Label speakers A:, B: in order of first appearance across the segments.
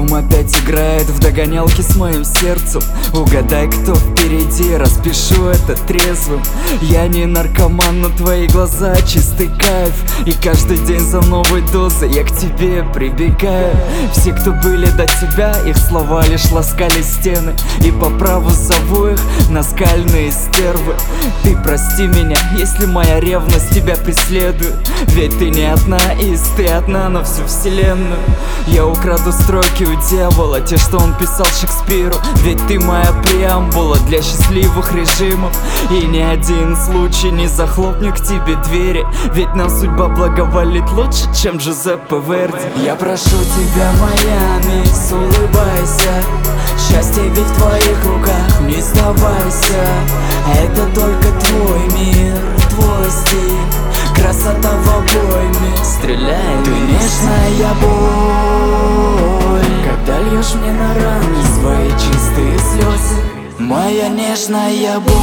A: Разум опять играет в догонялки с моим сердцем. Угадай, кто впереди, распишу это трезвым. Я не наркоман, но твои глаза чистый кайф. И каждый день за новой дозой я к тебе прибегаю. Все, кто были до тебя, их слова лишь ласкали стены. И по праву зову их наскальные стервы. Ты прости меня, если моя ревность тебя преследует. Ведь ты не одна из, ты одна на всю вселенную. Я украду строки у дьявола, те, что он писал Шекспиру. Ведь ты моя преамбула для счастливых режимов. И ни один случай не захлопнет к тебе двери. Ведь нам судьба благоволит лучше, чем Джузеппе Верди. Я прошу тебя, моя мисс, улыбайся. Счастье ведь в твоих руках, не сдавайся. Это только твой мир, твой стиль, красота в обойме. Стреляй, ты нежная боль, когда льешь мне на раны свои чистые слезы. Моя нежная боль,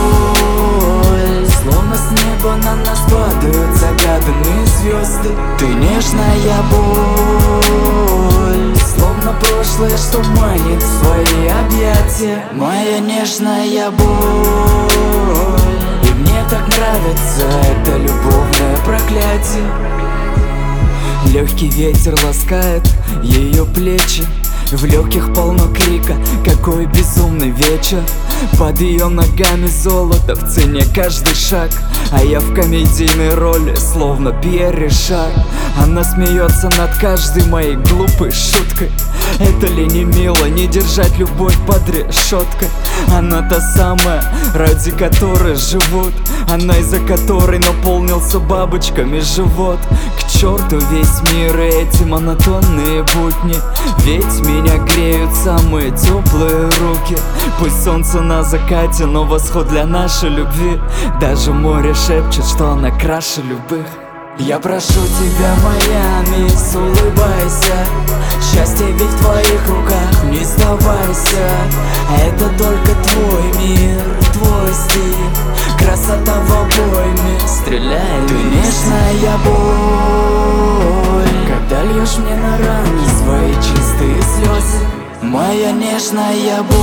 A: словно с неба на нас падают загаданные звезды. Ты нежная боль, словно прошлое, что манит в свои объятия. Моя нежная боль, и мне так нравится это любовное проклятие. Легкий ветер ласкает ее плечи. В легких полно крика, какой безумный вечер. Под ее ногами золото, в цене каждый шаг. А я в комедийной роли, словно Пьер Ришар. Она смеется над каждой моей глупой шуткой. Это ли не мило, не держать любовь под решеткой? Она та самая, ради которой живут. Она, из-за которой наполнился бабочками живот. К черту весь мир и эти монотонные будни. Ведь меня греют самые теплые руки. Пусть солнце на закате, но восход для нашей любви. Даже море шепчет, что она краше любых. Я прошу тебя, моя мисс, улыбайся. Счастье ведь в твоих руках, не сдавайся. Это только твой мир, твой стиль, красота в обойме. Стреляй, ты нежная боль, когда льешь мне на раны свои чистые слезы. Моя нежная боль,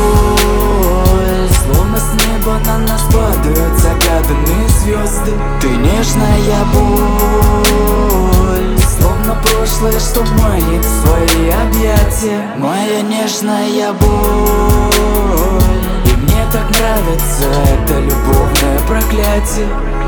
A: словно с неба на нас падают загаданные звезды. Ты нежная боль, словно прошлое, что манит в свои объятия. Моя нежная боль, и мне так нравится это любовное проклятие.